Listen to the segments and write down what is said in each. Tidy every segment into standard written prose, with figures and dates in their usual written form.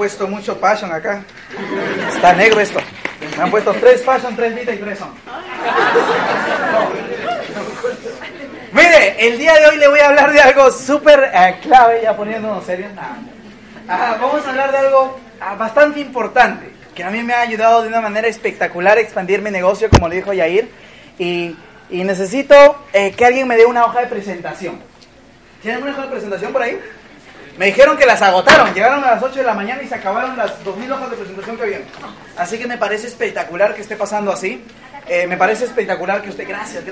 puesto mucho passion acá. Está negro esto. Me han puesto 3 passion, 3 vita y 3 son. Mire, el día de hoy le voy a hablar de algo súper clave, ya poniéndonos serios. Vamos a hablar de algo bastante importante, que a mí me ha ayudado de una manera espectacular a expandir mi negocio, como le dijo Yair. Y necesito que alguien me dé una hoja de presentación. ¿Tienen una hoja de presentación por ahí? Me dijeron que las agotaron, llegaron a las 8 de la mañana y se acabaron las 2000 hojas de presentación que habían. Así que me parece espectacular que esté pasando así. Me parece espectacular que usted... Gracias.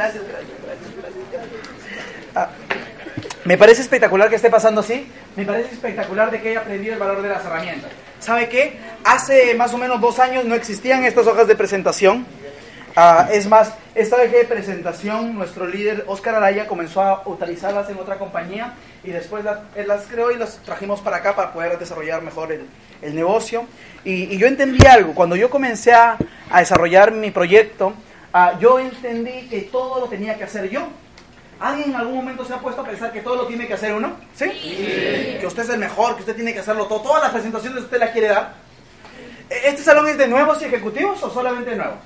Me parece espectacular que esté pasando así. Me parece espectacular de que haya aprendido el valor de las herramientas. ¿Sabe qué? Hace más o menos 2 años no existían estas hojas de presentación. Es más, esta hoja de presentación, nuestro líder Oscar Araya comenzó a utilizarlas en otra compañía y después él las creó y las trajimos para acá para poder desarrollar mejor el negocio. Y yo entendí algo. Cuando yo comencé a desarrollar mi proyecto, yo entendí que todo lo tenía que hacer yo. ¿Alguien en algún momento se ha puesto a pensar que todo lo tiene que hacer uno? ¿Sí? Sí. Que usted es el mejor, que usted tiene que hacerlo todo. Todas las presentaciones usted las quiere dar. ¿Este salón es de nuevos y ejecutivos o solamente de nuevos?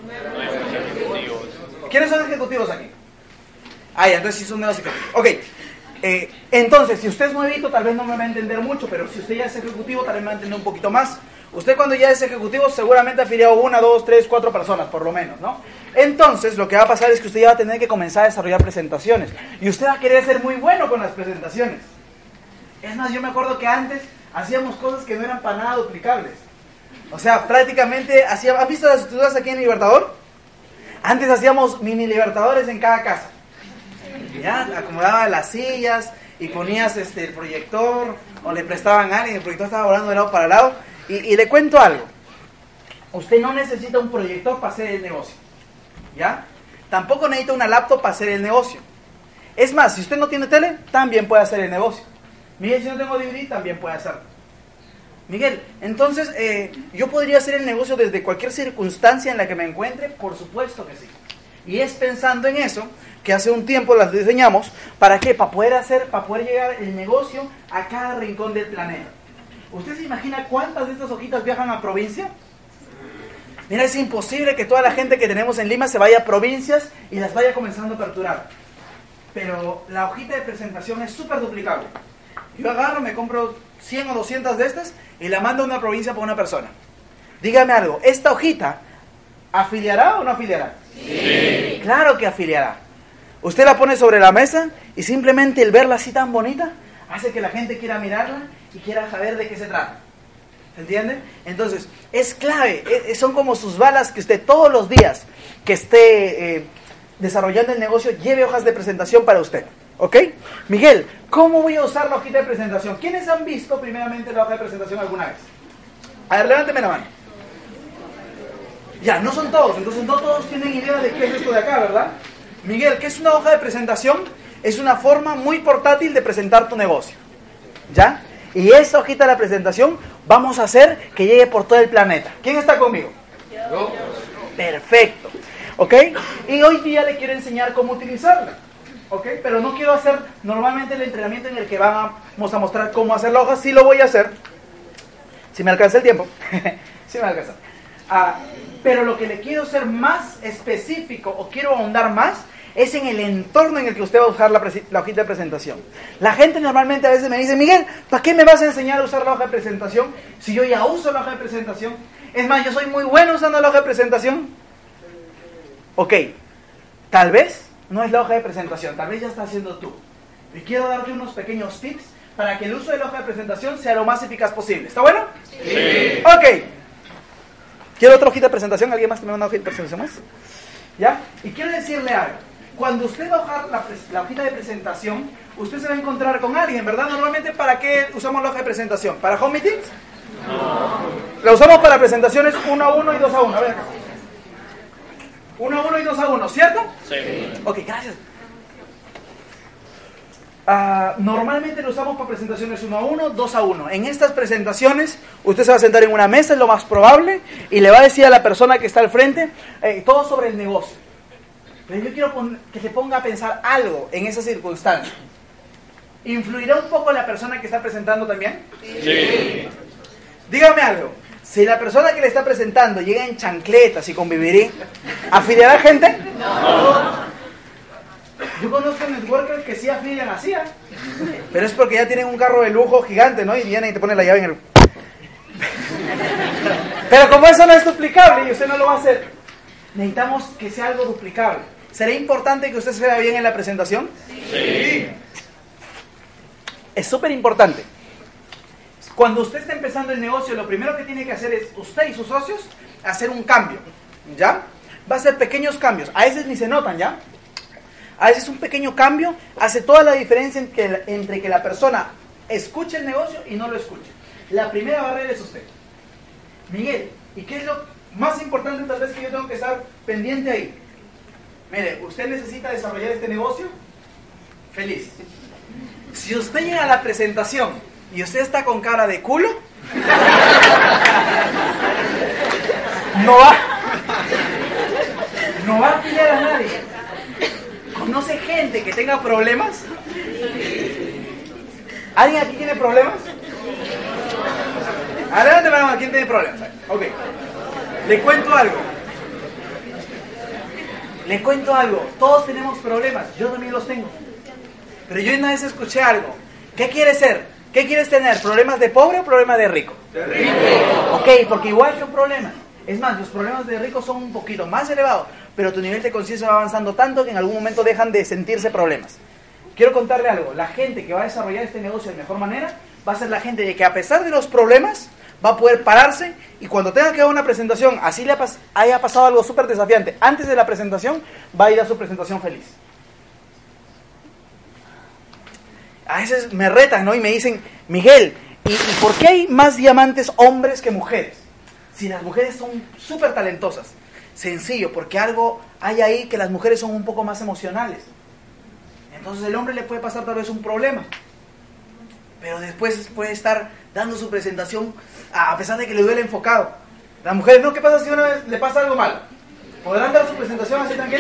¿Quiénes son ejecutivos aquí? Entonces sí son nuevos ejecutivos. Ok. Entonces, si usted es nuevito, tal vez no me va a entender mucho, pero si usted ya es ejecutivo, tal vez me va a entender un poquito más. Usted cuando ya es ejecutivo, seguramente ha afiliado 1, 2, 3, 4 personas, por lo menos, ¿no? Entonces, lo que va a pasar es que usted ya va a tener que comenzar a desarrollar presentaciones. Y usted va a querer ser muy bueno con las presentaciones. Es más, yo me acuerdo que antes hacíamos cosas que no eran para nada duplicables. O sea, prácticamente hacíamos... ¿Has visto las estructuras aquí en Libertador? Antes hacíamos mini Libertadores en cada casa. Ya, acomodaban las sillas y ponías el proyector, o le prestaban a alguien, el proyector estaba volando de lado para lado. Y le cuento algo. Usted no necesita un proyector para hacer el negocio. ¿Ya? Tampoco necesita una laptop para hacer el negocio. Es más, si usted no tiene tele, también puede hacer el negocio. Miguel, si no tengo DVD, también puede hacerlo. Miguel, entonces, ¿yo podría hacer el negocio desde cualquier circunstancia en la que me encuentre? Por supuesto que sí. Y es pensando en eso que hace un tiempo las diseñamos. ¿Para qué? Para poder llegar el negocio a cada rincón del planeta. ¿Usted se imagina cuántas de estas hojitas viajan a provincia? Mira, es imposible que toda la gente que tenemos en Lima se vaya a provincias y las vaya comenzando a aperturar. Pero la hojita de presentación es súper duplicable. Yo agarro, me compro 100 o 200 de estas y la mando a una provincia por una persona. Dígame algo, ¿esta hojita afiliará o no afiliará? Sí. Claro que afiliará. Usted la pone sobre la mesa y simplemente el verla así tan bonita hace que la gente quiera mirarla y quiera saber de qué se trata. ¿Se entiende? Entonces, es clave, son como sus balas que usted todos los días que esté desarrollando el negocio, lleve hojas de presentación para usted. ¿Ok? Miguel, ¿cómo voy a usar la hojita de presentación? ¿Quiénes han visto primeramente la hoja de presentación alguna vez? A ver, levánteme la mano. Ya, no son todos, entonces no todos tienen idea de qué es esto de acá, ¿verdad? Miguel, ¿qué es una hoja de presentación? Es una forma muy portátil de presentar tu negocio. ¿Ya? Y esa hojita de la presentación vamos a hacer que llegue por todo el planeta. ¿Quién está conmigo? Yo. Perfecto. ¿Ok? Y hoy día le quiero enseñar cómo utilizarla. ¿Ok? Pero no quiero hacer normalmente el entrenamiento en el que vamos a mostrar cómo hacer la hoja. Sí lo voy a hacer. Si me alcanza el tiempo. Sí me alcanza. Pero lo que le quiero ser más específico o quiero ahondar más es en el entorno en el que usted va a usar la hojita de presentación. La gente normalmente a veces me dice, Miguel, ¿para qué me vas a enseñar a usar la hoja de presentación si yo ya uso la hoja de presentación? Es más, yo soy muy bueno usando la hoja de presentación. Ok, tal vez no es la hoja de presentación, tal vez ya está haciendo tú. Y quiero darte unos pequeños tips para que el uso de la hoja de presentación sea lo más eficaz posible. ¿Está bueno? Sí. Ok. ¿Quiere otra hojita de presentación? ¿Alguien más tiene una hojita de presentación más? ¿Ya? Y quiero decirle algo. Cuando usted va a hojar la hojita de presentación, usted se va a encontrar con alguien, ¿verdad? Normalmente, ¿para qué usamos la hoja de presentación? ¿Para home meetings? No. La usamos para presentaciones 1 a 1 y 2 a 1. A ver acá. 1 a 1 y 2 a 1, ¿cierto? Sí. Ok, gracias. Normalmente lo usamos para presentaciones 1 a 1, 2 a 1. En estas presentaciones, usted se va a sentar en una mesa, es lo más probable, y le va a decir a la persona que está al frente todo sobre el negocio. Pero yo quiero que se ponga a pensar algo en esa circunstancia. ¿Influirá un poco la persona que está presentando también? Sí. Dígame algo. Si la persona que le está presentando llega en chancletas y con vivirí, ¿afiliará gente? No. Yo conozco networkers que sí afilian así, ¿eh? Pero es porque ya tienen un carro de lujo gigante, ¿no? Y vienen y te ponen la llave en el... Pero como eso no es duplicable y usted no lo va a hacer, necesitamos que sea algo duplicable. ¿Será importante que usted se vea bien en la presentación? Sí. Es súper importante. Cuando usted está empezando el negocio, lo primero que tiene que hacer es, usted y sus socios, hacer un cambio, ¿ya? Va a ser pequeños cambios, a veces ni se notan, ¿ya? A veces un pequeño cambio hace toda la diferencia entre que la persona escuche el negocio y no lo escuche. La primera barrera es usted. Miguel, ¿y qué es lo más importante tal vez que yo tengo que estar pendiente ahí? Mire, usted necesita desarrollar este negocio feliz. Si usted llega a la presentación y usted está con cara de culo, no va a afiliar a nadie. ¿Conoce gente que tenga problemas? ¿Alguien aquí tiene problemas? Adelante, mano, ¿quién tiene problemas? Ok. Le cuento algo. Todos tenemos problemas. Yo también los tengo. Pero yo una vez escuché algo. ¿Qué quieres ser? ¿Qué quieres tener? ¿Problemas de pobre o problemas de rico? De rico. Ok, porque igual son problemas. Es más, los problemas de rico son un poquito más elevados, pero tu nivel de conciencia va avanzando tanto que en algún momento dejan de sentirse problemas. Quiero contarle algo. La gente que va a desarrollar este negocio de mejor manera va a ser la gente de que a pesar de los problemas va a poder pararse y cuando tenga que dar una presentación, así le haya pasado algo súper desafiante, antes de la presentación va a ir a su presentación feliz. A veces me retan, ¿no? Y me dicen, Miguel, ¿y por qué hay más diamantes hombres que mujeres? Si las mujeres son súper talentosas. Sencillo, porque algo hay ahí que las mujeres son un poco más emocionales. Entonces el hombre le puede pasar tal vez un problema. Pero después puede estar dando su presentación a pesar de que le duele enfocado. Las mujeres, ¿no? ¿Qué pasa si una vez le pasa algo malo? ¿Podrán dar su presentación así tranquilo?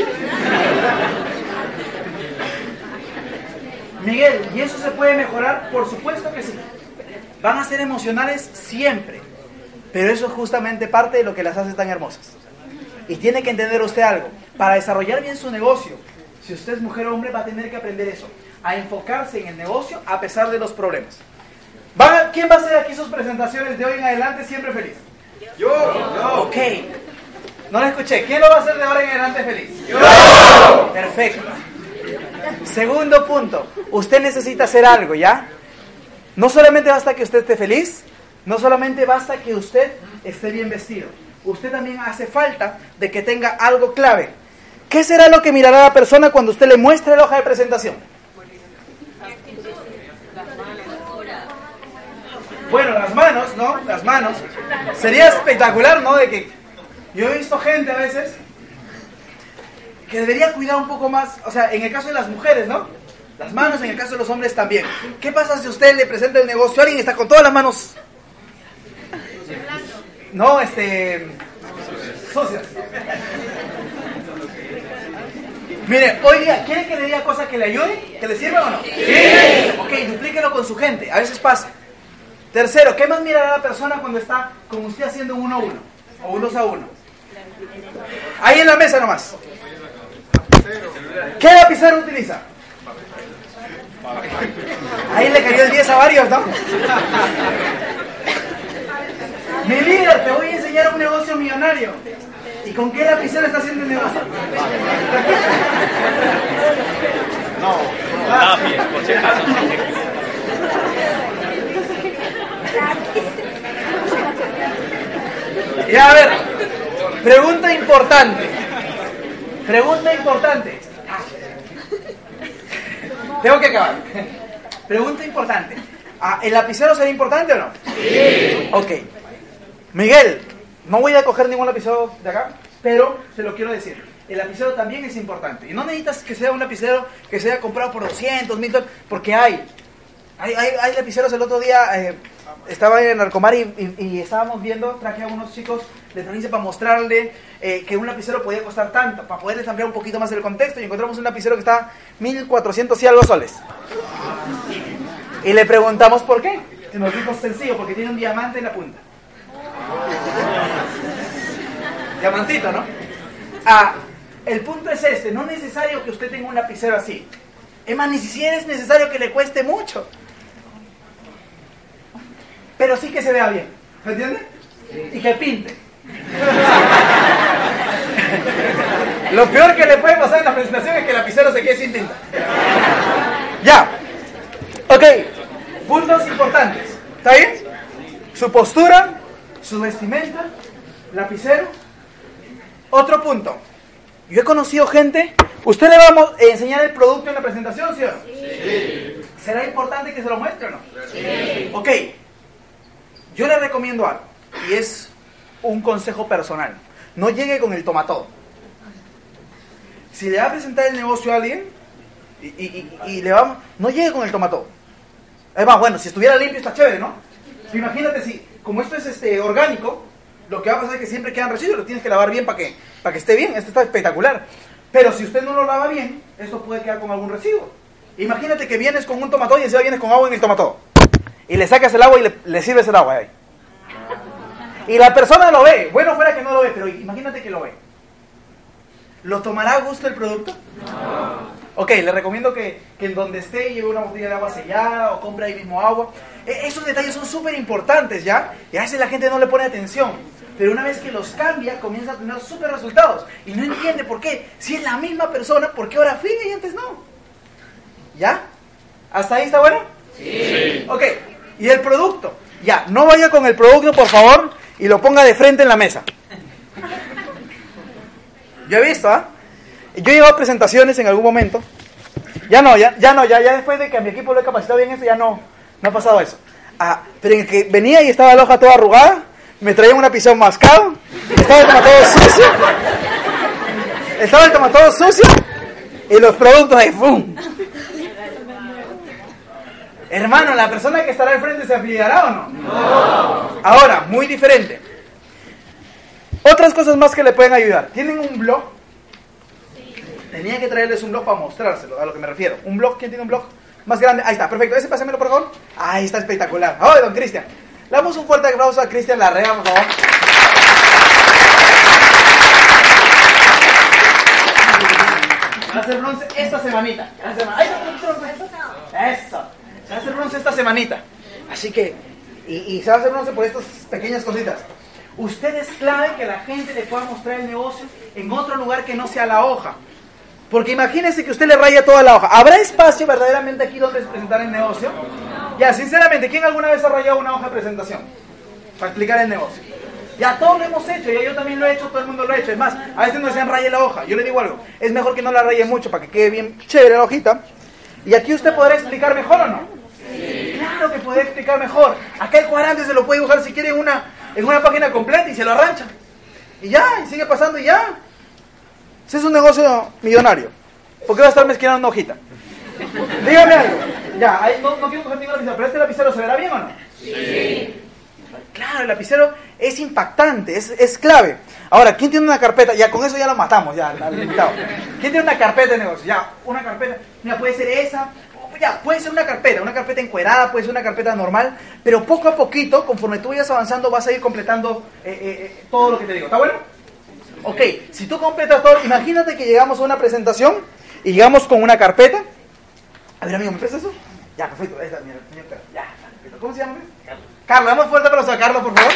Miguel, ¿y eso se puede mejorar? Por supuesto que sí. Van a ser emocionales siempre. Pero eso es justamente parte de lo que las hace tan hermosas. Y tiene que entender usted algo. Para desarrollar bien su negocio, si usted es mujer o hombre, va a tener que aprender eso. A enfocarse en el negocio a pesar de los problemas. ¿Quién va a hacer aquí sus presentaciones de hoy en adelante siempre feliz? Yo. Ok. No la escuché. ¿Quién lo va a hacer de ahora en adelante feliz? Yo. Perfecto. Segundo punto. Usted necesita hacer algo, ¿ya? No solamente basta que usted esté feliz, no solamente basta que usted esté bien vestido. Usted también hace falta de que tenga algo clave. ¿Qué será lo que mirará la persona cuando usted le muestre la hoja de presentación? Bueno, las manos, ¿no? Las manos. Sería espectacular, ¿no? De que yo he visto gente a veces que debería cuidar un poco más, o sea, en el caso de las mujeres, ¿no? Las manos, en el caso de los hombres también. ¿Qué pasa si usted le presenta el negocio a alguien y está con todas las manos? No, sucias. Mire, hoy día, ¿quiere que le diga cosas que le ayuden? ¿Que le sirvan o no? Sí. Ok, duplíquelo con su gente, a veces pasa. Tercero, ¿qué más mirará la persona cuando está con usted haciendo un 1 a 1 o un 2 a 1? Ahí en la mesa nomás. ¿Qué lapicero utiliza? Ahí le cayó el 10 a varios, ¿no? Mi líder, te voy a enseñar un negocio millonario. ¿Y con qué lapicero está haciendo el negocio? No, lápiz, por si acaso. Ya, a ver, pregunta importante. Tengo que acabar. Pregunta importante. ¿El lapicero será importante o no? Sí. Ok. Miguel, no voy a coger ningún lapicero de acá, pero se lo quiero decir. El lapicero también es importante. Y no necesitas que sea un lapicero que sea comprado por 200, 1000 dólares, porque hay lapiceros. El otro día estaba en Narcomar y estábamos viendo, traje a unos chicos de provincia para mostrarle que un lapicero podía costar tanto, para poderles ampliar un poquito más el contexto, y encontramos un lapicero que estaba 1400 y algo soles. Y le preguntamos por qué. Y nos dijo sencillo, porque tiene un diamante en la punta. Diamantito, ¿no? El punto es este, no es necesario que usted tenga un lapicero así. Es más, ni siquiera es necesario que le cueste mucho. Pero sí que se vea bien, ¿me entiende? Y que pinte. Lo peor que le puede pasar en la presentación es que el lapicero se quede sin tinta. Ya. Ok, puntos importantes. ¿Está bien? Su postura, su vestimenta, lapicero. Otro punto. Yo he conocido gente. ¿Usted le vamos a enseñar el producto en la presentación, sí o no? Sí. ¿Será importante que se lo muestre o no? Sí. Ok. Yo le recomiendo algo. Y es un consejo personal. No llegue con el tomatodo. Si le va a presentar el negocio a alguien y le vamos, no llegue con el tomatodo. Además, bueno, si estuviera limpio está chévere, ¿no? Imagínate si, como esto es orgánico, lo que va a pasar es que siempre quedan residuos, lo tienes que lavar bien para que esté bien. Esto está espectacular. Pero si usted no lo lava bien, esto puede quedar con algún residuo. Imagínate que vienes con un tomatodo y encima vienes con agua en el tomatodo. Y le sacas el agua y le sirves el agua ahí. Y la persona lo ve. Bueno, fuera que no lo ve, pero imagínate que lo ve. ¿Lo tomará a gusto el producto? No. Ok, le recomiendo que en donde esté lleve una botella de agua sellada o compre ahí mismo agua. Esos detalles son súper importantes, ¿ya? Y a veces la gente no le pone atención. Pero una vez que los cambia, comienza a tener súper resultados. Y no entiende por qué. Si es la misma persona, ¿por qué ahora fija y antes no? ¿Ya? ¿Hasta ahí está bueno? Sí. Ok, y el producto. Ya, no vaya con el producto, por favor, y lo ponga de frente en la mesa. Yo he visto, ¿ah? Yo he llegado a presentaciones en algún momento. Ya después de que a mi equipo lo he capacitado bien eso, ya no ha pasado eso. Pero en el que venía y estaba la hoja toda arrugada, me traían una pizza mascado, estaba el tomatodo sucio, y los productos ahí, ¡pum! Hermano, ¿la persona que estará al frente se afiliará o no? No. Ahora, muy diferente. Otras cosas más que le pueden ayudar. ¿Tienen un blog? Sí. Tenía que traerles un blog para mostrárselo, a lo que me refiero. ¿Un blog? ¿Quién tiene un blog? Más grande. Ahí está, perfecto. Ese pásamelo, por favor. Ahí está, espectacular. ¡Oh, don Cristian! Le damos un fuerte aplauso a Cristian Larrea, por favor. Va a hacer bronce esta semanita. Eso. Se va a hacer bronce esta semanita. Así que, y se va a hacer bronce por estas pequeñas cositas. Usted es clave que la gente le pueda mostrar el negocio en otro lugar que no sea la hoja. Porque imagínese que usted le raya toda la hoja. ¿Habrá espacio verdaderamente aquí donde presentar el negocio? Ya, sinceramente, ¿quién alguna vez ha rayado una hoja de presentación para explicar el negocio? Ya todos lo hemos hecho, ya yo también lo he hecho, todo el mundo lo ha hecho. Es más, a veces nos decían raye la hoja. Yo le digo algo, es mejor que no la raye mucho para que quede bien chévere la hojita. Y aquí usted podrá explicar mejor o no. Sí. Claro que podrá explicar mejor. Acá el cuadrante se lo puede dibujar si quiere en una página completa y se lo arrancha. Y ya, y sigue pasando y ya. Ese es un negocio millonario. ¿Por qué va a estar mezclando una hojita? Dígame algo. Ya, no quiero coger ningún lapicero, pero ¿este lapicero se verá bien o no? Sí. Claro, el lapicero es impactante, es clave. Ahora, ¿quién tiene una carpeta? Ya, con eso ya lo matamos, ya, al invitado. ¿Quién tiene una carpeta de negocio? Ya, una carpeta. Mira, puede ser esa. Ya, puede ser una carpeta encuerada, puede ser una carpeta normal, pero poco a poquito, conforme tú vayas avanzando, vas a ir completando todo lo que te digo. ¿Está bueno? Ok, si tú completas todo, imagínate que llegamos a una presentación y llegamos con una carpeta. A ver, amigo, ¿me prestas eso? Ya, perfecto. Ahí está, mira, ya, perfecto. ¿Cómo se llama? Carlos, damos fuerte aplauso a Carlos, por favor.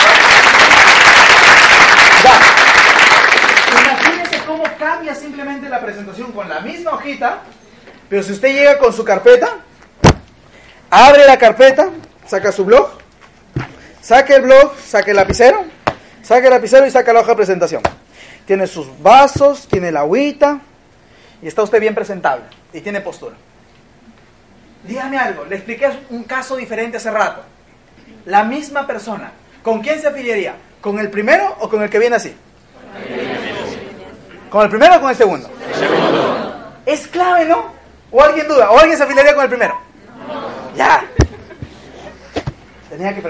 Ya. Imagínese cómo cambia simplemente la presentación con la misma hojita. Pero si usted llega con su carpeta, abre la carpeta, saca su blog, saque el blog, saque el lapicero y saca la hoja de presentación. Tiene sus vasos, tiene la agüita y está usted bien presentable y tiene postura. Dígame algo, le expliqué un caso diferente hace rato. La misma persona, ¿con quién se afiliaría? ¿Con el primero o con el que viene así? ¿Con el primero o con el segundo? Es clave, ¿no? ¿O alguien duda? ¿O alguien se afiliaría con el primero? No. Ya. Tenía que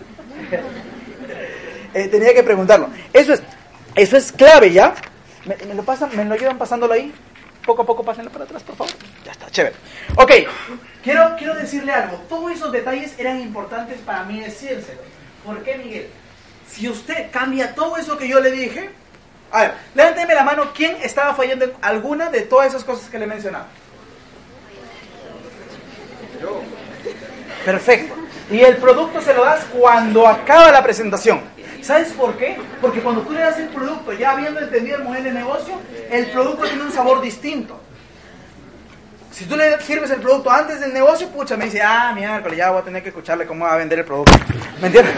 preguntarlo. Eso es clave, ¿ya? ¿Me lo llevan pasándolo ahí? Poco a poco pásenlo para atrás, por favor. Ya está, chévere. Ok, quiero decirle algo. Todos esos detalles eran importantes para mí decírselo. ¿Por qué, Miguel? Si usted cambia todo eso que yo le dije, A ver, levánteme la mano, ¿quién estaba fallando en alguna de todas esas cosas que le he mencionado? Yo. Perfecto. Y el producto se lo das cuando acaba la presentación. ¿Sabes por qué? Porque cuando tú le das el producto, ya habiendo entendido el modelo de negocio, el producto tiene un sabor distinto. Si tú le sirves el producto antes del negocio, pucha, me dice, miércoles, ya voy a tener que escucharle cómo va a vender el producto. ¿Me entiendes?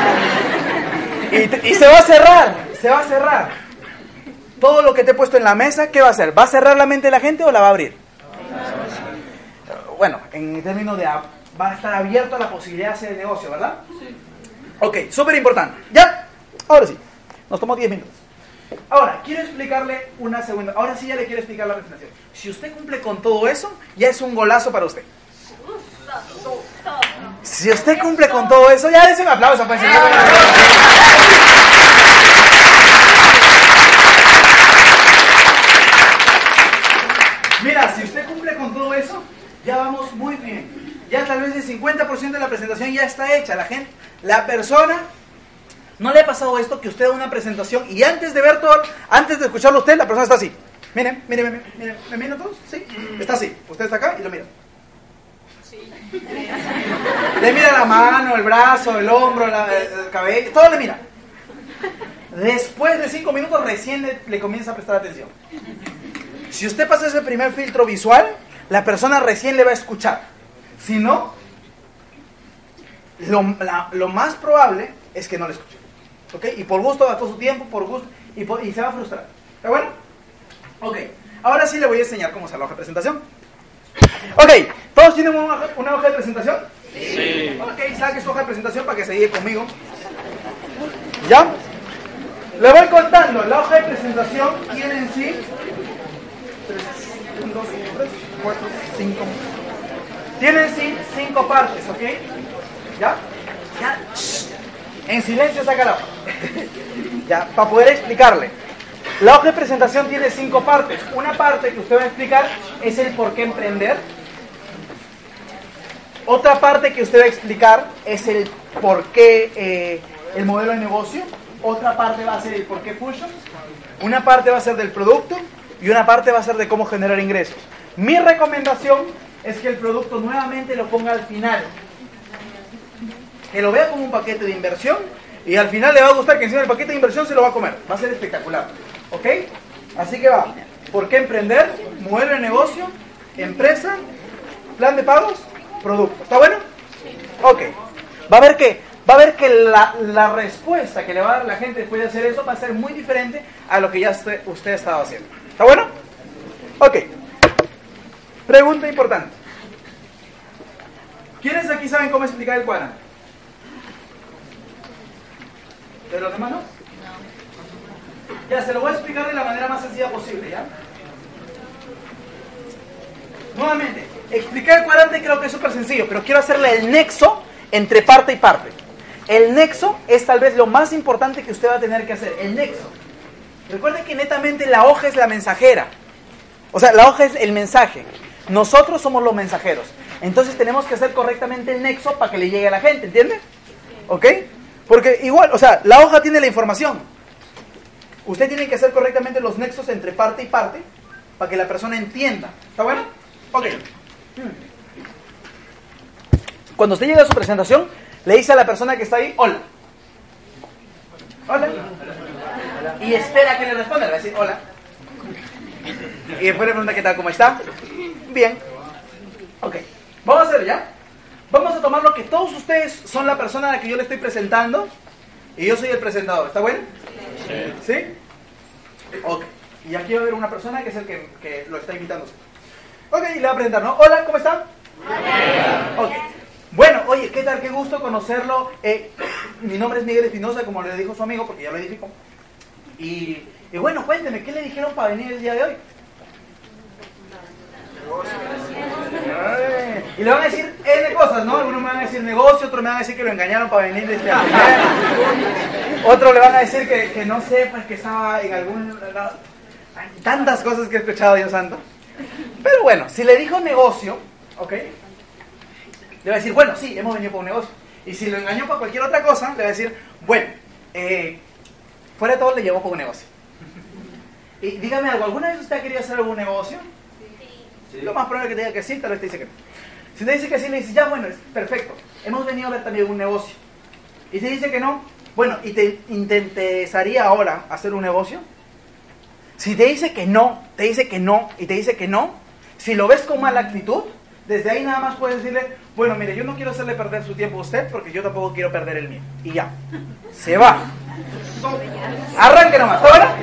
Y se va a cerrar. Todo lo que te he puesto en la mesa, ¿qué va a hacer? ¿Va a cerrar la mente de la gente o la va a abrir? Bueno, en términos de va a estar abierto a la posibilidad de hacer el negocio, ¿verdad? Sí. Ok, súper importante. ¿Ya? Ahora sí. Nos tomó 10 minutos. Ahora, quiero explicarle una segunda. Ahora sí ya le quiero explicar la presentación. Si usted cumple con todo eso, ya es un golazo para usted. Si usted cumple con todo eso, ya dése un aplauso para enseñar. Mira, si usted cumple con todo eso, ya vamos muy bien. Ya tal vez el 50% de la presentación ya está hecha. La persona, ¿no le ha pasado esto que usted da una presentación y antes de ver todo, antes de escucharlo usted, la persona está así? Miren, ¿me miran todos? ¿Sí? Está así. Usted está acá y lo mira. Sí. Le mira la mano, el brazo, el hombro, el cabello, todo le mira. Después de 5 minutos recién le comienza a prestar atención. Si usted pasa ese primer filtro visual, la persona recién le va a escuchar. Si no, lo más probable es que no le escuche. ¿Ok? Y por gusto gastó su tiempo, por gusto, y se va a frustrar. ¿Está bueno? Ok. Ahora sí le voy a enseñar cómo se la hoja de presentación. Ok. ¿Todos tienen una hoja de presentación? Sí. Ok, saque su hoja de presentación para que se guíe conmigo. ¿Ya? Le voy contando. La hoja de presentación tiene en sí 1, 2, 3, 4, 5. Tiene en sí 5 partes, ¿ok? ¿Ya? Ya. En silencio saca la hoja. Ya, para poder explicarle. La hoja de presentación tiene 5 partes. Una parte que usted va a explicar es el por qué emprender. Otra parte que usted va a explicar es el por qué el modelo de negocio. Otra parte va a ser el por qué Fusion. Una parte va a ser del producto y una parte va a ser de cómo generar ingresos. Mi recomendación es que el producto nuevamente lo ponga al final. Que lo vea como un paquete de inversión y al final le va a gustar que encima del paquete de inversión se lo va a comer. Va a ser espectacular. ¿Ok? Así que va. ¿Por qué emprender? Modelo de negocio, empresa, plan de pagos, producto. ¿Está bueno? Ok. Va a ver que la respuesta que le va a dar la gente después de hacer eso va a ser muy diferente a lo que ya usted ha estado haciendo. ¿Está bueno? Ok. Pregunta importante. ¿Quiénes aquí saben cómo explicar el cuadrante? ¿De los demás no? Ya, se lo voy a explicar de la manera más sencilla posible, ¿ya? Nuevamente, explicar el cuadrante creo que es súper sencillo, pero quiero hacerle el nexo entre parte y parte. El nexo es tal vez lo más importante que usted va a tener que hacer, el nexo. Recuerde que netamente la hoja es la mensajera. O sea, la hoja es el mensaje. Nosotros somos los mensajeros. Entonces tenemos que hacer correctamente el nexo para que le llegue a la gente, ¿entiende? ¿Ok? Porque igual, o sea, la hoja tiene la información. Usted tiene que hacer correctamente los nexos entre parte y parte para que la persona entienda. ¿Está bueno? Ok. Cuando usted llega a su presentación, le dice a la persona que está ahí, hola. Hola. Y espera que le responda, le va a decir hola. Y después le pregunta qué tal, cómo está. Bien. Ok. Vamos a hacer ya. Vamos a tomar lo que todos ustedes son la persona a la que yo le estoy presentando y yo soy el presentador. ¿Está bueno? Sí. ¿Sí? Ok. Y aquí va a haber una persona que es el que lo está invitando. Ok, y le va a presentar, ¿no? Hola, ¿cómo está? Hola. Ok. Bueno, oye, ¿qué tal? Qué gusto conocerlo. Mi nombre es Miguel Espinosa, como le dijo su amigo, porque ya lo identificó. Y bueno, cuénteme, ¿qué le dijeron para venir el día de hoy? Y le van a decir N cosas, ¿no? Algunos me van a decir negocio, otros me van a decir que lo engañaron para venir desde la primera. Otros le van a decir que no sé, pues que estaba en algún lado. Hay tantas cosas que he escuchado, Dios santo. Pero bueno, si le dijo negocio, ¿ok? Le va a decir, bueno, sí, hemos venido por un negocio. Y si lo engañó para cualquier otra cosa, le va a decir, bueno, fuera de todo le llevó por un negocio. Y dígame algo, ¿alguna vez usted ha querido hacer algún negocio? Sí. Lo más probable es que te diga que sí, tal vez te dice que no. Si te dice que sí, le dices, ya bueno, es perfecto, hemos venido a ver también un negocio. Y si dice que no, bueno, ¿y te interesaría ahora hacer un negocio? Si te dice que no, te dice que no, y te dice que no, si lo ves con mala actitud, desde ahí nada más puedes decirle, bueno, mire, yo no quiero hacerle perder su tiempo a usted, porque yo tampoco quiero perder el mío. Y ya, se va. Arranque nomás, ¿está bueno?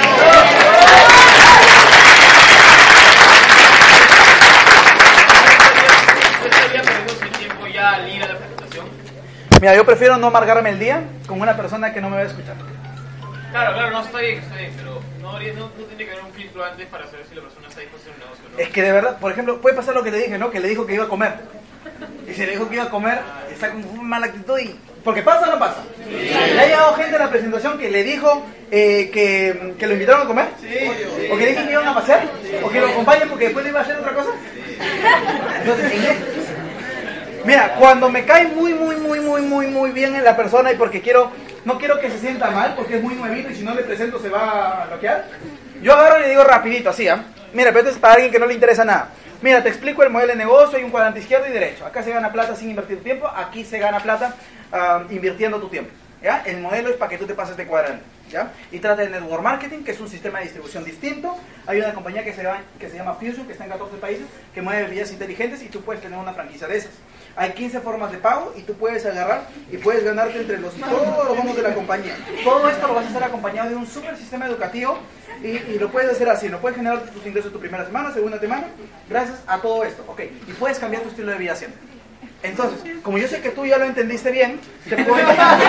Al ir a la presentación. Mira, yo prefiero no amargarme el día con una persona que no me va a escuchar. Claro, no, está bien, pero no tiene que haber un filtro antes para saber si la persona está dispuesta a hacer un negocio o no. Es que de verdad, por ejemplo, puede pasar lo que le dije, ¿no? Que le dijo que iba a comer. Y si le dijo que iba a comer, está con mala actitud y... ¿Porque pasa o no pasa? Sí. ¿Le ha llegado gente a la presentación que le dijo que lo invitaron a comer? Sí. ¿O que le dijo que iban a pasear? Sí. ¿O que lo acompañen porque después le iba a hacer otra cosa? Sí. Entonces, mira, cuando me cae muy bien en la persona y porque no quiero que se sienta mal porque es muy nuevito y si no le presento se va a bloquear, yo agarro y le digo rapidito, así, mira, pero esto es para alguien que no le interesa nada. Mira, te explico el modelo de negocio, hay un cuadrante izquierdo y derecho. Acá se gana plata sin invertir tu tiempo, aquí se gana plata invirtiendo tu tiempo. ¿Ya? El modelo es para que tú te pases de cuadrante. ¿Ya? Y trata de network marketing, que es un sistema de distribución distinto. Hay una compañía que se llama Fusion, que está en 14 países, que mueve bebidas inteligentes y tú puedes tener una franquicia de esas. Hay 15 formas de pago y tú puedes agarrar y puedes ganarte entre todos los bonos de la compañía. Todo esto lo vas a hacer acompañado de un super sistema educativo y lo puedes hacer así. No puedes generar tus ingresos tu primera semana, segunda semana, gracias a todo esto. Ok, y puedes cambiar tu estilo de vida siempre. Entonces, como yo sé que tú ya lo entendiste bien, te puedo...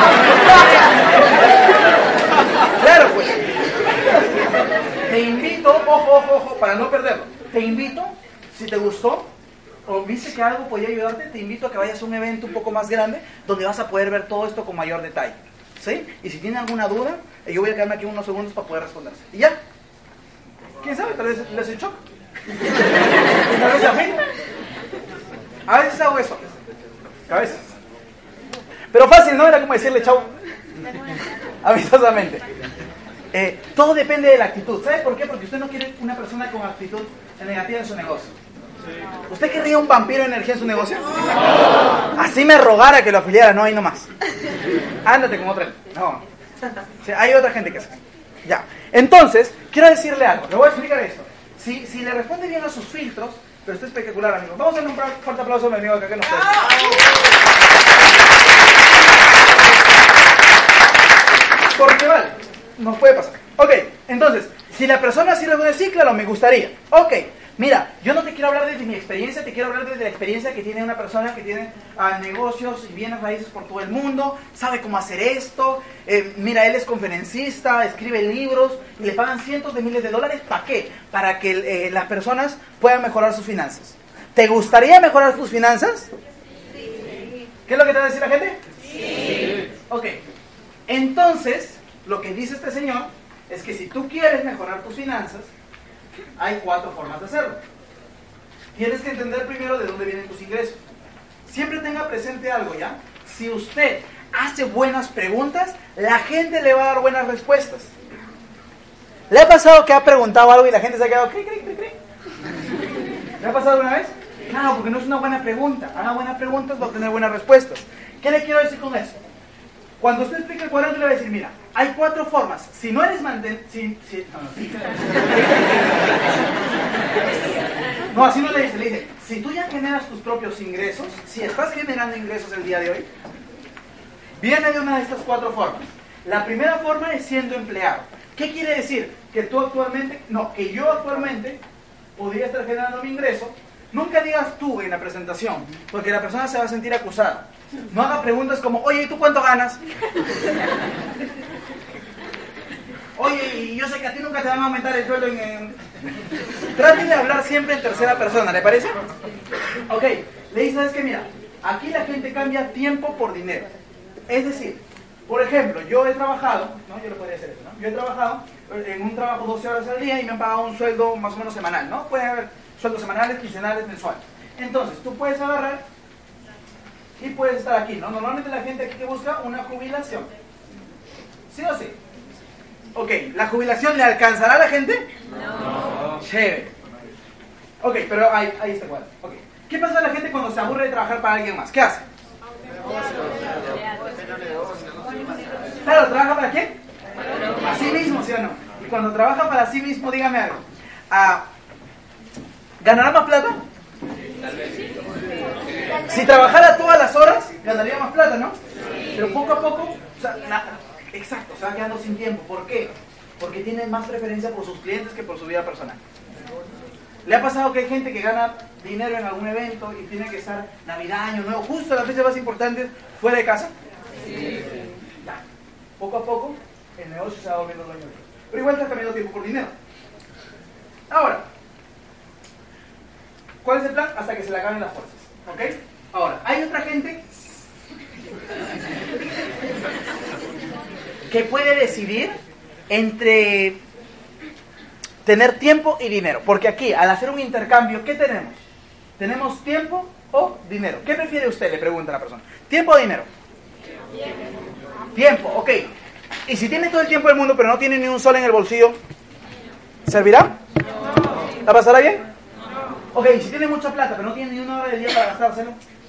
Claro, pues. Te invito, ojo, para no perderlo. Te invito, si te gustó, o viste que algo podía ayudarte, te invito a que vayas a un evento un poco más grande, donde vas a poder ver todo esto con mayor detalle. ¿Sí? Y si tiene alguna duda, yo voy a quedarme aquí unos segundos para poder responderse. Y ya. ¿Quién sabe? Tal vez les he hecho. Tal vez a mí. A veces hago eso. A veces. Pero fácil, ¿no? Era como decirle chau. Amistosamente. Todo depende de la actitud. ¿Sabe por qué? Porque usted no quiere una persona con actitud negativa en su negocio. ¿Usted querría un vampiro de energía en su negocio? Así me rogara que lo afiliara, no, ahí nomás. Ándate con otra. No. O sea, hay otra gente que hace. Ya. Entonces, quiero decirle algo. Le voy a explicar esto. Si le responde bien a sus filtros, pero está espectacular, amigos. Vamos a darle un fuerte aplauso a mi amigo acá que nos puede. Porque vale, nos puede pasar. Ok, entonces, si la persona sí responde sí, claro, me gustaría. Ok, mira, yo no te quiero hablar desde mi experiencia, te quiero hablar desde la experiencia que tiene una persona que tiene negocios y bienes raíces por todo el mundo, sabe cómo hacer esto, mira, él es conferencista, escribe libros y le pagan cientos de miles de dólares. ¿Para qué? Para que las personas puedan mejorar sus finanzas. ¿Te gustaría mejorar tus finanzas? Sí. ¿Qué es lo que te va a decir la gente? Sí. Ok, entonces, lo que dice este señor es que si tú quieres mejorar tus finanzas, hay 4 formas de hacerlo. Tienes que entender primero de dónde vienen tus ingresos. Siempre tenga presente algo, ¿ya? Si usted hace buenas preguntas, la gente le va a dar buenas respuestas. ¿Le ha pasado que ha preguntado algo y la gente se ha quedado cri? ¿Le ha pasado alguna vez? Claro, porque no es una buena pregunta. Haga buenas preguntas, va a obtener buenas respuestas. ¿Qué le quiero decir con eso? Cuando usted explique el cuadrante le va a decir, mira, hay 4 formas. Si no eres No, así no le dice, le dice, si tú ya generas tus propios ingresos, si estás generando ingresos el día de hoy, viene de una de estas 4 formas. La primera forma es siendo empleado. ¿Qué quiere decir? Que yo actualmente podría estar generando mi ingreso. Nunca digas tú en la presentación, porque la persona se va a sentir acusada. No haga preguntas como, oye, ¿y tú cuánto ganas? Oye, y yo sé que a ti nunca te van a aumentar el sueldo Trate de hablar siempre en tercera persona, ¿le parece? Ok, le dice, ¿sabes qué? Mira, aquí la gente cambia tiempo por dinero. Es decir, por ejemplo, yo he trabajado, ¿no? Yo le podría hacer eso, ¿no? Yo he trabajado en un trabajo 12 horas al día y me han pagado un sueldo más o menos semanal, ¿no? Puede haber sueldos semanales, quincenales, mensuales. Entonces, tú puedes agarrar y puedes estar aquí, ¿no? Normalmente la gente aquí que busca una jubilación. ¿Sí o sí? Ok, ¿la jubilación le alcanzará a la gente? No. Chévere. Ok, pero ahí está cuadro. Okay. ¿Qué pasa a la gente cuando se aburre de trabajar para alguien más? ¿Qué hace? Claro, ¿trabaja para quién? A sí mismo, ¿sí o no? Y cuando trabaja para sí mismo, dígame algo. ¿Ganará más plata? Si trabajara todas las horas, ganaría más plata, ¿no? Pero poco a poco, o sea, exacto, se va quedando sin tiempo. ¿Por qué? Porque tiene más preferencia por sus clientes que por su vida personal. ¿Le ha pasado que hay gente que gana dinero en algún evento y tiene que estar Navidad, Año Nuevo, justo las fechas más importantes, fuera de casa? Sí. Ya. Poco a poco, el negocio se va volviendo dueño de él. Pero igual está cambiando tiempo por dinero. Ahora, ¿cuál es el plan? Hasta que se le acaben las fuerzas. ¿Ok? Ahora, hay otra gente que puede decidir entre tener tiempo y dinero. Porque aquí, al hacer un intercambio, ¿qué tenemos? ¿Tenemos tiempo o dinero? ¿Qué prefiere usted? Le pregunta a la persona. ¿Tiempo o dinero? Tiempo, ok. ¿Y si tiene todo el tiempo del mundo pero no tiene ni un sol en el bolsillo? ¿Servirá? No. ¿La pasará bien? No. Ok, si tiene mucha plata pero no tiene ni una hora del día para gastárselo.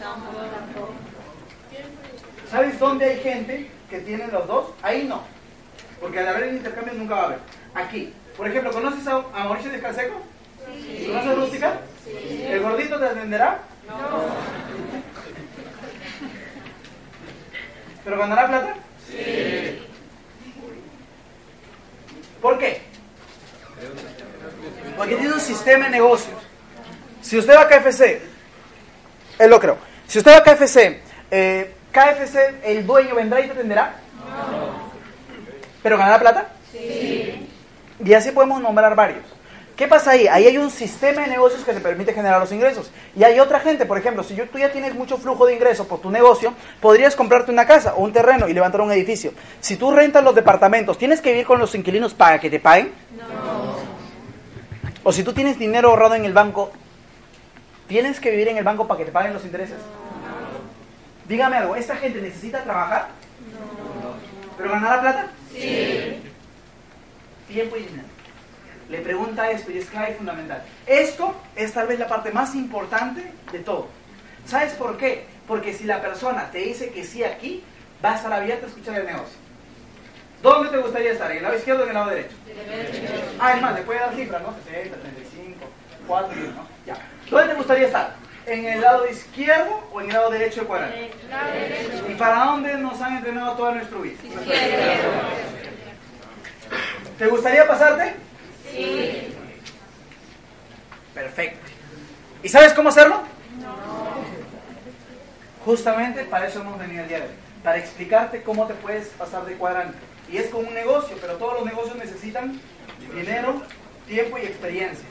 ¿Sabes dónde hay gente que tiene los dos? Ahí no. Porque al haber el intercambio nunca va a haber. Aquí. Por ejemplo, ¿conoces a Mauricio de Canseco? Sí. ¿Conoces a Rústica? Sí. ¿El gordito te atenderá? No. ¿Pero ganará plata? Sí. ¿Por qué? Porque tiene un sistema de negocios. Si usted va a KFC, él lo creo. Si usted va a KFC, KFC, ¿el dueño vendrá y te atenderá? No. ¿Pero ganará plata? Sí. Y así podemos nombrar varios. ¿Qué pasa ahí? Ahí hay un sistema de negocios que te permite generar los ingresos. Y hay otra gente, por ejemplo, si tú ya tienes mucho flujo de ingresos por tu negocio, podrías comprarte una casa o un terreno y levantar un edificio. Si tú rentas los departamentos, ¿tienes que vivir con los inquilinos para que te paguen? No. O si tú tienes dinero ahorrado en el banco, ¿tienes que vivir en el banco para que te paguen los intereses? No. Dígame algo, ¿esta gente necesita trabajar? No. ¿Pero ganará plata? Sí. Tiempo y dinero. Le pregunta esto y es clave y fundamental. Esto es tal vez la parte más importante de todo. ¿Sabes por qué? Porque si la persona te dice que sí aquí, va a estar abierta a escuchar el negocio. ¿Dónde te gustaría estar? ¿En el lado izquierdo o en el lado derecho? Es más, le puede dar cifras, ¿no? 60, 35, 4, ¿no? Ya. ¿Dónde te gustaría estar? ¿En el lado izquierdo o en el lado derecho del cuadrante? ¿Y para dónde nos han entrenado toda nuestra vida? ¿Te gustaría pasarte? Sí. Perfecto. ¿Y sabes cómo hacerlo? No. Justamente para eso hemos venido el día de hoy. Para explicarte cómo te puedes pasar de cuadrante. Y es como un negocio, pero todos los negocios necesitan dinero, tiempo y experiencia.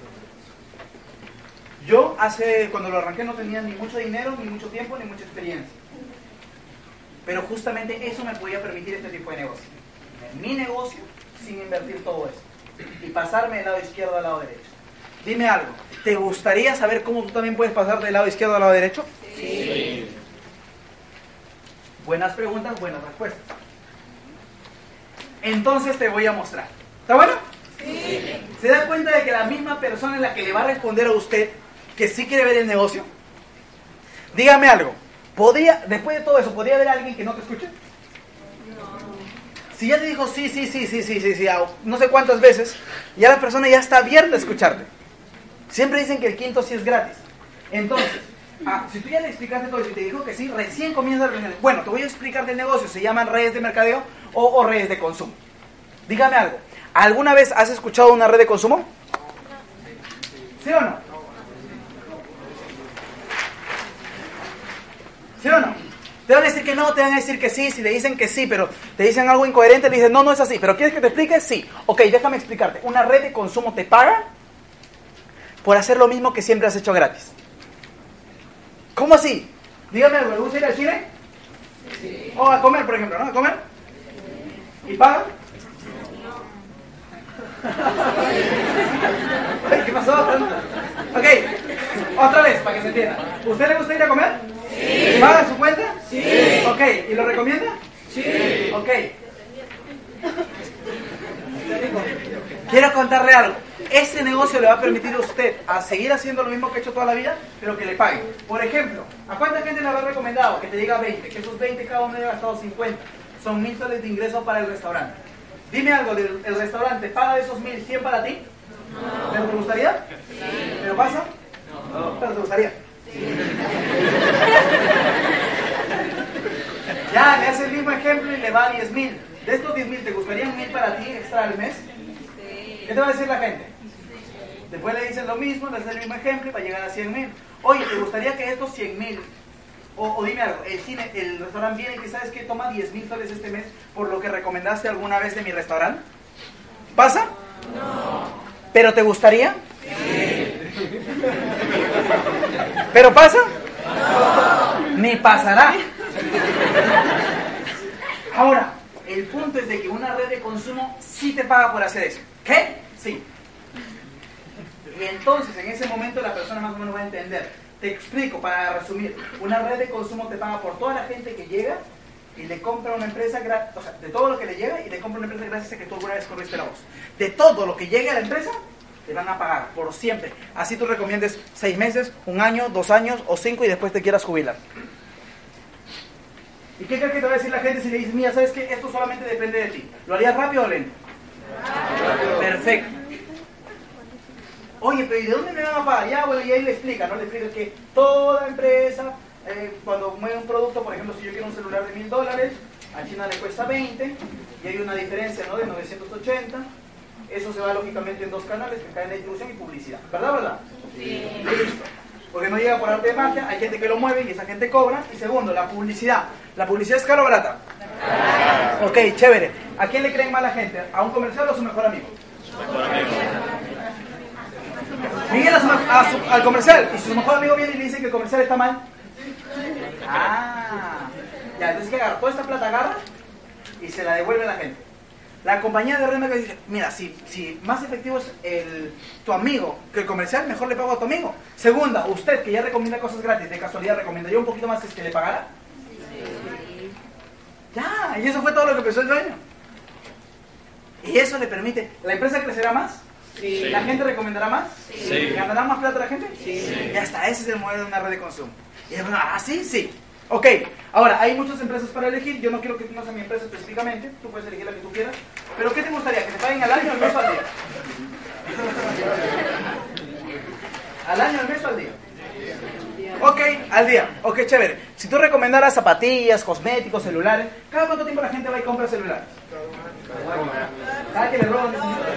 Yo cuando lo arranqué no tenía ni mucho dinero, ni mucho tiempo, ni mucha experiencia. Pero justamente eso me podía permitir este tipo de negocio. En mi negocio, sin invertir todo eso. Y pasarme del lado izquierdo al lado derecho. Dime algo, ¿te gustaría saber cómo tú también puedes pasar del lado izquierdo al lado derecho? Sí. Buenas preguntas, buenas respuestas. Entonces te voy a mostrar. ¿Está bueno? Sí. ¿Se da cuenta de que la misma persona es la que le va a responder a usted que sí quiere ver el negocio? Dígame algo, después de todo eso, ¿podría haber alguien que no te escuche? Si ya te dijo sí, no sé cuántas veces, ya la persona ya está abierta a escucharte. Siempre dicen que el quinto sí es gratis. Entonces, si tú ya le explicaste todo eso y te dijo que sí, recién comienza el negocio. Bueno, te voy a explicar del negocio, se llaman redes de mercadeo o redes de consumo. Dígame algo, ¿alguna vez has escuchado una red de consumo? ¿Sí o no? ¿Sí o no? Te van a decir que no, te van a decir que sí, si le dicen que sí, pero te dicen algo incoherente, le dicen no, no es así, pero ¿quieres que te explique? Sí. Ok, déjame explicarte. Una red de consumo te paga por hacer lo mismo que siempre has hecho gratis. ¿Cómo así? Dígame, ¿le gusta ir al cine? Sí. O a comer, por ejemplo, ¿no? ¿A comer? ¿Y paga? No. ¿Qué pasó? Ok, otra vez, para que se entienda. ¿Usted le gusta ir a comer? Sí. ¿Paga su cuenta? Sí. Ok, ¿y lo recomienda? Sí. Ok. Quiero contarle algo. Este negocio le va a permitir a usted a seguir haciendo lo mismo que ha hecho toda la vida, pero que le paguen. Por ejemplo, ¿a cuánta gente le habrá recomendado que te diga 20? Que esos 20 cada uno haya gastado 50. Son $1000 de ingreso para el restaurante. Dime algo, ¿el restaurante paga de esos 1000 100 para ti? No. ¿Pero te gustaría? Sí. ¿Pero pasa? No. ¿Pero te gustaría? Sí. Ya, le hace el mismo ejemplo y le va a 10.000. De estos 10.000, ¿te gustarían 1.000 para ti extra al mes? Sí. ¿Qué te va a decir la gente? Sí. Después le dicen lo mismo, le hacen el mismo ejemplo y va a llegar a 100.000. Oye, ¿te gustaría que estos 100.000, o dime algo, el restaurante viene y que sabes que toma $10.000 este mes por lo que recomendaste alguna vez de mi restaurante? ¿Pasa? No. ¿Pero te gustaría? Sí. ¿Pero pasa? No. Ni pasará. Ahora, el punto es de que una red de consumo sí te paga por hacer eso. ¿Qué? Sí. Y entonces, en ese momento la persona más o menos va a entender. Te explico, para resumir. Una red de consumo te paga por toda la gente que llega y le compra una empresa, o sea, de todo lo que le llega y le compra una empresa gracias a que tú alguna vez corriste la voz. De todo lo que llegue a la empresa, te van a pagar por siempre. Así tú recomiendes 6 meses, 1 año, 2 años o 5 y después te quieras jubilar. ¿Y qué crees que te va a decir la gente si le dices, mira, sabes que esto solamente depende de ti? ¿Lo harías rápido o lento? Rápido. Perfecto. Oye, pero ¿y de dónde me van a pagar? Ya, bueno, y ahí le explica, ¿no? Le explica que toda empresa, cuando mueve un producto, por ejemplo, si yo quiero un celular de $1000, a China le cuesta 20, y hay una diferencia, ¿no?, de 980. Eso se va lógicamente en 2 canales, que caen de distribución y publicidad. ¿Verdad, verdad? Sí. Listo. Porque no llega por arte de magia, hay gente que lo mueve y esa gente cobra. Y segundo, la publicidad. ¿La publicidad es cara o barata? Barata. Ok, chévere. ¿A quién le creen más la gente? ¿A un comercial o a su mejor amigo? Su mejor amigo. Miguel al comercial. Y si su mejor amigo viene y le dice que el comercial está mal. Ah. Ya, entonces que agarra toda esta plata, agarra y se la devuelve a la gente. La compañía de red mercado dice, mira, si más efectivo es tu amigo que el comercial, mejor le pago a tu amigo. Segunda, usted que ya recomienda cosas gratis, de casualidad, ¿recomendaría un poquito más que le pagara? Sí. Ya, y eso fue todo lo que pensó el dueño. Y eso le permite, ¿la empresa crecerá más? Sí. ¿La gente recomendará más? Sí. ¿Ganará más plata la gente? Sí. Y hasta ese es el modelo de una red de consumo. Y bueno, ¿sí? Sí. Ok, ahora, hay muchas empresas para elegir. Yo no quiero que tengas a mi empresa específicamente. Tú puedes elegir la que tú quieras. ¿Pero qué te gustaría? ¿Que te paguen al año o al mes o al día? ¿Al año, al mes o al día? Ok, al día. Ok, chévere. Si tú recomendaras zapatillas, cosméticos, celulares, ¿cada cuánto tiempo la gente va y compra celulares? ¿Cada que le roban?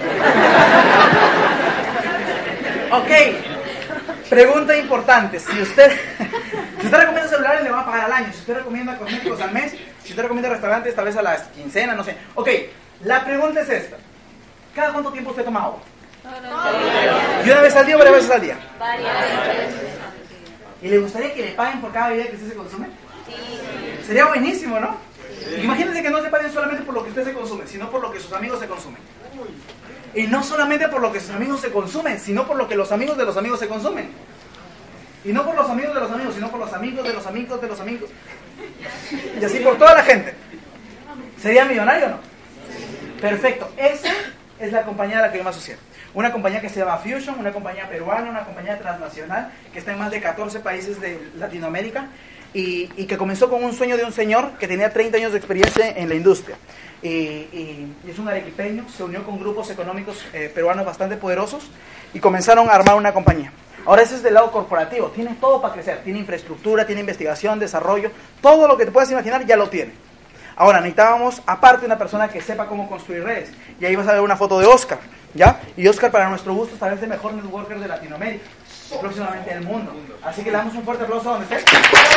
Ok. Pregunta importante. Si usted recomienda celulares, le va a pagar al año. Si usted recomienda cosméticos al mes, si usted recomienda restaurantes, tal vez a las quincenas, no sé. Ok, la pregunta es esta. ¿Cada cuánto tiempo usted toma agua? ¿Y una vez al día o varias veces al día? Varias veces. ¿Y le gustaría que le paguen por cada bebida que usted se consume? Sí. Sería buenísimo, ¿no? Sí. Imagínense que no se paguen solamente por lo que usted se consume, sino por lo que sus amigos se consumen. Y no solamente por lo que sus amigos se consumen, sino por lo que los amigos de los amigos se consumen. Y no por los amigos de los amigos, sino por los amigos de los amigos de los amigos. Y así por toda la gente. ¿Sería millonario o no? Perfecto. Esa es la compañía a la que yo me asocié. Una compañía que se llama Fusion, una compañía peruana, una compañía transnacional que está en más de 14 países de Latinoamérica y que comenzó con un sueño de un señor que tenía 30 años de experiencia en la industria. Y es un arequipeño, se unió con grupos económicos peruanos bastante poderosos y comenzaron a armar una compañía. Ahora ese es del lado corporativo, tiene todo para crecer, tiene infraestructura, tiene investigación, desarrollo, todo lo que te puedas imaginar ya lo tiene. Ahora necesitábamos aparte una persona que sepa cómo construir redes, y ahí vas a ver una foto de Oscar, ¿ya? Y Oscar para nuestro gusto es tal vez el mejor networker de Latinoamérica, y próximamente del mundo. Así que le damos un fuerte aplauso a donde esté.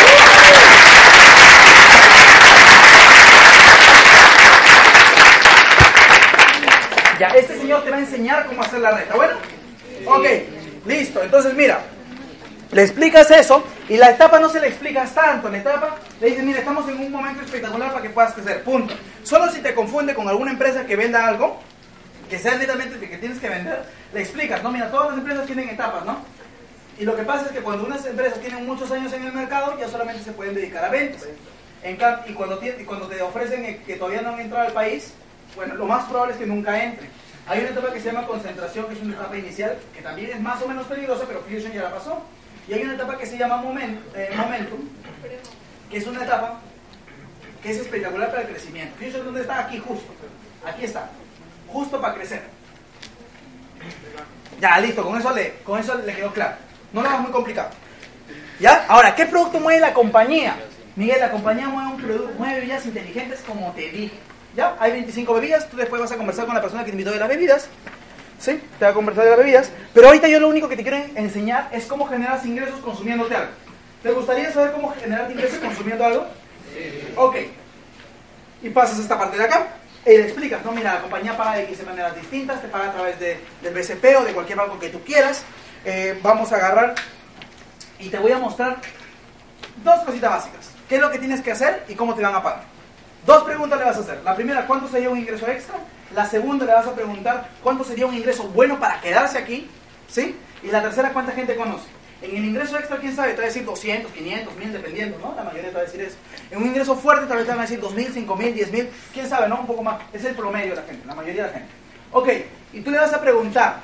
Ya, este señor te va a enseñar cómo hacer la red, ¿está bueno? Ok, listo, entonces mira, le explicas eso y la etapa no se le explicas tanto, la etapa le dices, mira, estamos en un momento espectacular para que puedas crecer, punto. Solo si te confunde con alguna empresa que venda algo, que sea netamente de que tienes que vender, le explicas, no, mira, todas las empresas tienen etapas, ¿no? Y lo que pasa es que cuando unas empresas tienen muchos años en el mercado, ya solamente se pueden dedicar a ventas. Y cuando te ofrecen que todavía no han entrado al país, bueno, lo más probable es que nunca entre. Hay una etapa que se llama concentración, que es una etapa inicial, que también es más o menos peligrosa, pero Fusion ya la pasó. Y hay una etapa que se llama Momentum, que es una etapa que es espectacular para el crecimiento. Fusion, ¿dónde está? Aquí justo. Aquí está. Justo para crecer. Ya, listo. Con eso le quedó claro. No lo hagas muy complicado. ¿Ya? Ahora, ¿qué producto mueve la compañía? Miguel, la compañía mueve bebidas inteligentes como te dije. ¿Ya? Hay 25 bebidas. Tú después vas a conversar con la persona que te invitó de las bebidas. ¿Sí? Te va a conversar de las bebidas. Pero ahorita yo lo único que te quiero enseñar es cómo generas ingresos consumiéndote algo. ¿Te gustaría saber cómo generar ingresos consumiendo algo? Sí. Ok. Y pasas a esta parte de acá. Y le explicas, no, mira, la compañía paga de 15 maneras distintas, te paga a través del BCP o de cualquier banco que tú quieras. Vamos a agarrar y te voy a mostrar dos cositas básicas. ¿Qué es lo que tienes que hacer y cómo te van a pagar? Dos preguntas le vas a hacer. La primera, ¿cuánto sería un ingreso extra? La segunda, le vas a preguntar, ¿cuánto sería un ingreso bueno para quedarse aquí? ¿Sí? Y la tercera, ¿cuánta gente conoce? En el ingreso extra, quién sabe, te va a decir 200, 500, 1000, dependiendo, ¿no? La mayoría te va a decir eso. En un ingreso fuerte, tal vez te van a decir 2000, 5000, 10000, quién sabe, ¿no? Un poco más. Es el promedio de la gente, la mayoría de la gente. Ok, y tú le vas a preguntar,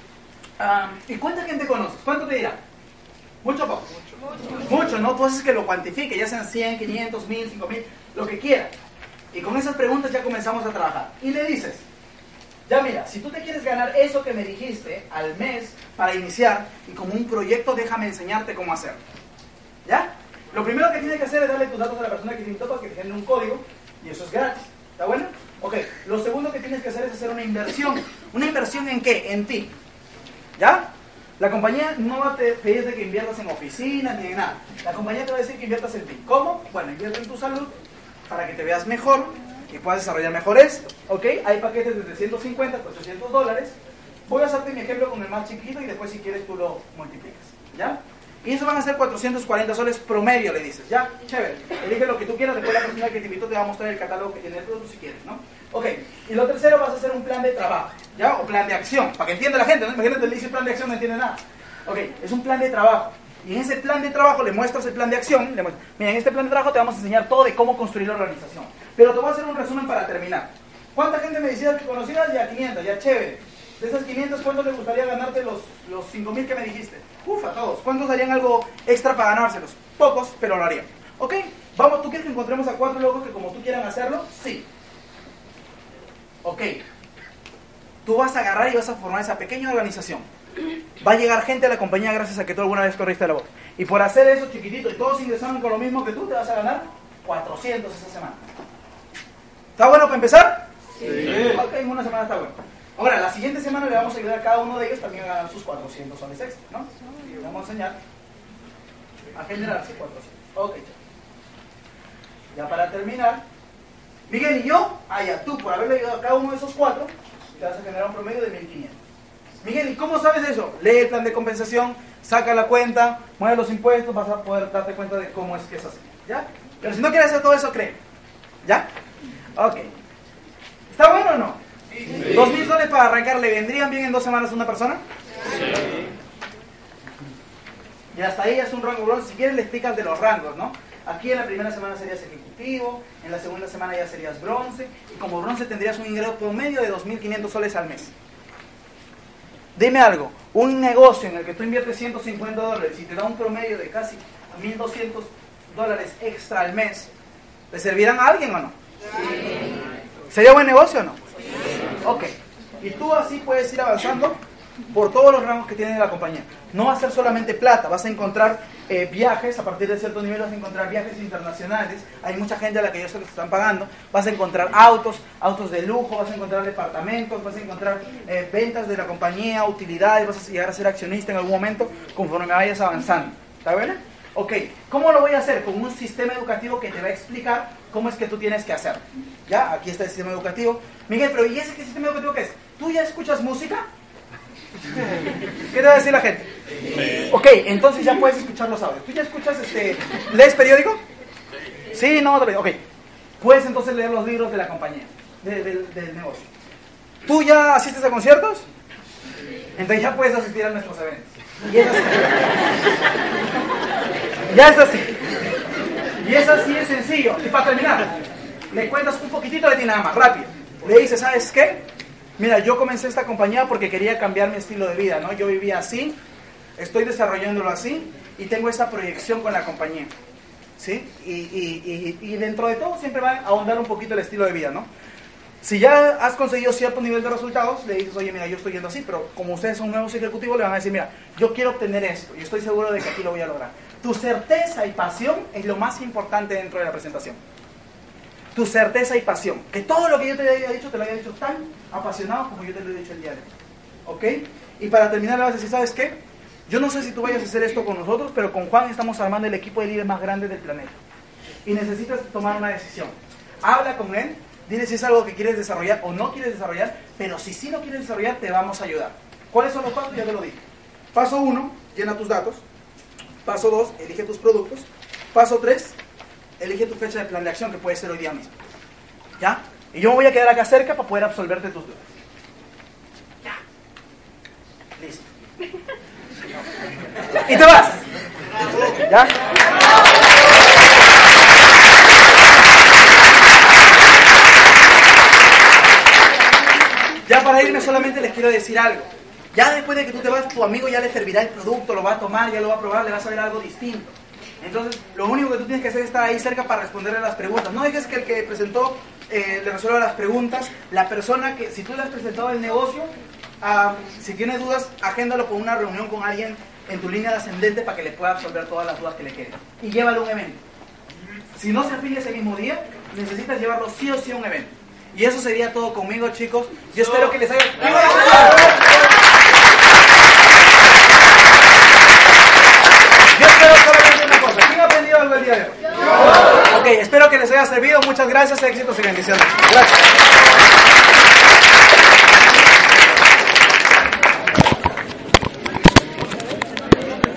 ¿y cuánta gente conoces? ¿Cuánto te dirá? ¿Mucho o poco? Mucho, ¿no? Tú haces que lo cuantifique, ya sean 100, 500, 1000, 5000, lo que quieras. Y con esas preguntas ya comenzamos a trabajar. Y le dices, ya mira, si tú te quieres ganar eso que me dijiste al mes para iniciar y como un proyecto, déjame enseñarte cómo hacerlo. ¿Ya? Lo primero que tienes que hacer es darle tus datos a la persona que te invitó para que te genere un código y eso es gratis. ¿Está bueno? Ok, lo segundo que tienes que hacer es hacer una inversión. ¿Una inversión en qué? En ti. ¿Ya? La compañía no va a pedir de que inviertas en oficinas ni en nada. La compañía te va a decir que inviertas en ti. ¿Cómo? Bueno, invierte en tu salud para que te veas mejor y puedas desarrollar mejor esto. ¿Ok? Hay paquetes de 350 por $800. Voy a hacerte mi ejemplo con el más chiquito y después si quieres tú lo multiplicas. ¿Ya? Y eso van a ser 440 soles promedio, le dices. ¿Ya? Chévere. Elige lo que tú quieras, después la persona que te invitó te va a mostrar el catálogo que tiene el producto si quieres, ¿no? Ok. Y lo tercero, vas a hacer un plan de trabajo, ¿ya? O plan de acción, para que entienda la gente, ¿no? Imagínate, le dice plan de acción, no entiende nada. Ok, es un plan de trabajo. Y en ese plan de trabajo le muestras el plan de acción, le muestras, mira, en este plan de trabajo te vamos a enseñar todo de cómo construir la organización. Pero te voy a hacer un resumen para terminar. ¿Cuánta gente me decías que conocías? Ya 500, ya chévere. De esas 500, ¿cuántos les gustaría ganarte los 5000 que me dijiste? Uf, a todos. ¿Cuántos harían algo extra para ganárselos? Pocos, pero lo harían. ¿Ok? Vamos, ¿tú quieres que encontremos a 4 locos que como tú quieran hacerlo? Sí. Ok. Tú vas a agarrar y vas a formar esa pequeña organización. Va a llegar gente a la compañía gracias a que tú alguna vez corriste la voz. Y por hacer eso chiquitito y todos ingresaron con lo mismo que tú, te vas a ganar 400 esa semana. ¿Está bueno para empezar? Sí. Ok, en una semana está bueno. Ahora, la siguiente semana le vamos a ayudar a cada uno de ellos también a ganar sus 400 soles extra, ¿no? Y le vamos a enseñar a generarse 400. Ok, ya para terminar, Miguel y yo, ya tú, por haberle ayudado a cada uno de esos 4, te vas a generar un promedio de 1500. Miguel, ¿y cómo sabes eso? Lee el plan de compensación, saca la cuenta, mueve los impuestos, vas a poder darte cuenta de cómo es que es así, ¿ya? Pero si no quieres hacer todo eso, cree. ¿Ya? Ok. ¿Está bueno o no? Sí. 2000 soles para arrancar, ¿le vendrían bien en 2 semanas a una persona? Sí. Y hasta ahí es un rango bronce. Si quieres le explicas de los rangos, ¿no? Aquí en la primera semana serías ejecutivo, en la segunda semana ya serías bronce, y como bronce tendrías un ingreso promedio de 2500 soles al mes. Dime algo, un negocio en el que tú inviertes $150 y te da un promedio de casi $1200 extra al mes, ¿le servirán a alguien o no? Sí. ¿Sería buen negocio o no? Sí. Ok, y tú así puedes ir avanzando por todos los rangos que tiene la compañía. No va a ser solamente plata, vas a encontrar viajes, a partir de cierto nivel vas a encontrar viajes internacionales, hay mucha gente a la que ellos se los están pagando, vas a encontrar autos de lujo, vas a encontrar departamentos, vas a encontrar ventas de la compañía, utilidades, vas a llegar a ser accionista en algún momento conforme vayas avanzando. ¿Está bien? Ok, ¿cómo lo voy a hacer? Con un sistema educativo que te va a explicar cómo es que tú tienes que hacerlo. ¿Ya? Aquí está el sistema educativo. Miguel, pero ¿y ese qué sistema educativo qué es? ¿Tú ya escuchas música? ¿Qué te va a decir la gente? Sí. Ok, entonces ya puedes escuchar los audios. ¿Tú ya escuchas, lees periódico? Sí, no, ok. Puedes entonces leer los libros de la compañía, del negocio. ¿Tú ya asistes a conciertos? Entonces ya puedes asistir a nuestros eventos. Y es así. Ya es así. Y es así de sencillo. Y para terminar, le cuentas un poquitito de ti nada más, rápido. Le dices, ¿sabes qué? Mira, yo comencé esta compañía porque quería cambiar mi estilo de vida, ¿no? Yo vivía así, estoy desarrollándolo así y tengo esa proyección con la compañía, ¿sí? Y dentro de todo siempre va a ahondar un poquito el estilo de vida, ¿no? Si ya has conseguido cierto nivel de resultados, le dices, oye, mira, yo estoy yendo así, pero como ustedes son nuevos ejecutivos, le van a decir, mira, yo quiero obtener esto y estoy seguro de que aquí lo voy a lograr. Tu certeza y pasión es lo más importante dentro de la presentación. Tu certeza y pasión. Que todo lo que yo te haya dicho, te lo haya dicho tan apasionado como yo te lo he dicho el día de hoy. ¿Ok? Y para terminar, le vas a decir, ¿sabes qué? Yo no sé si tú vayas a hacer esto con nosotros, pero con Juan estamos armando el equipo de líderes más grande del planeta. Y necesitas tomar una decisión. Habla con él, dile si es algo que quieres desarrollar o no quieres desarrollar, pero si sí lo quieres desarrollar, te vamos a ayudar. ¿Cuáles son los pasos? Ya te lo dije. Paso 1, llena tus datos. Paso 2, elige tus productos. Paso 3, elige tu fecha de plan de acción, que puede ser hoy día mismo. ¿Ya? Y yo me voy a quedar acá cerca para poder absolverte tus dudas. Ya. Listo. Y te vas. ¿Ya? Ya para irme solamente les quiero decir algo. Ya después de que tú te vas, tu amigo ya le servirá el producto, lo va a tomar, ya lo va a probar, le vas a ver algo distinto. Entonces, lo único que tú tienes que hacer es estar ahí cerca para responderle las preguntas. No dejes que el que presentó le resuelva las preguntas. La persona que, si tú le has presentado el negocio, si tiene dudas, agéndalo con una reunión con alguien en tu línea de ascendente para que le pueda resolver todas las dudas que le queden. Y llévalo a un evento. Si no se afilia ese mismo día, necesitas llevarlo sí o sí a un evento. Y eso sería todo conmigo, chicos. Yo espero que les haya... Yo espero solamente una cosa. ¿Quién ha aprendido algo el día de hoy? Ok, espero que les haya servido. Muchas gracias, éxitos y bendiciones. Gracias.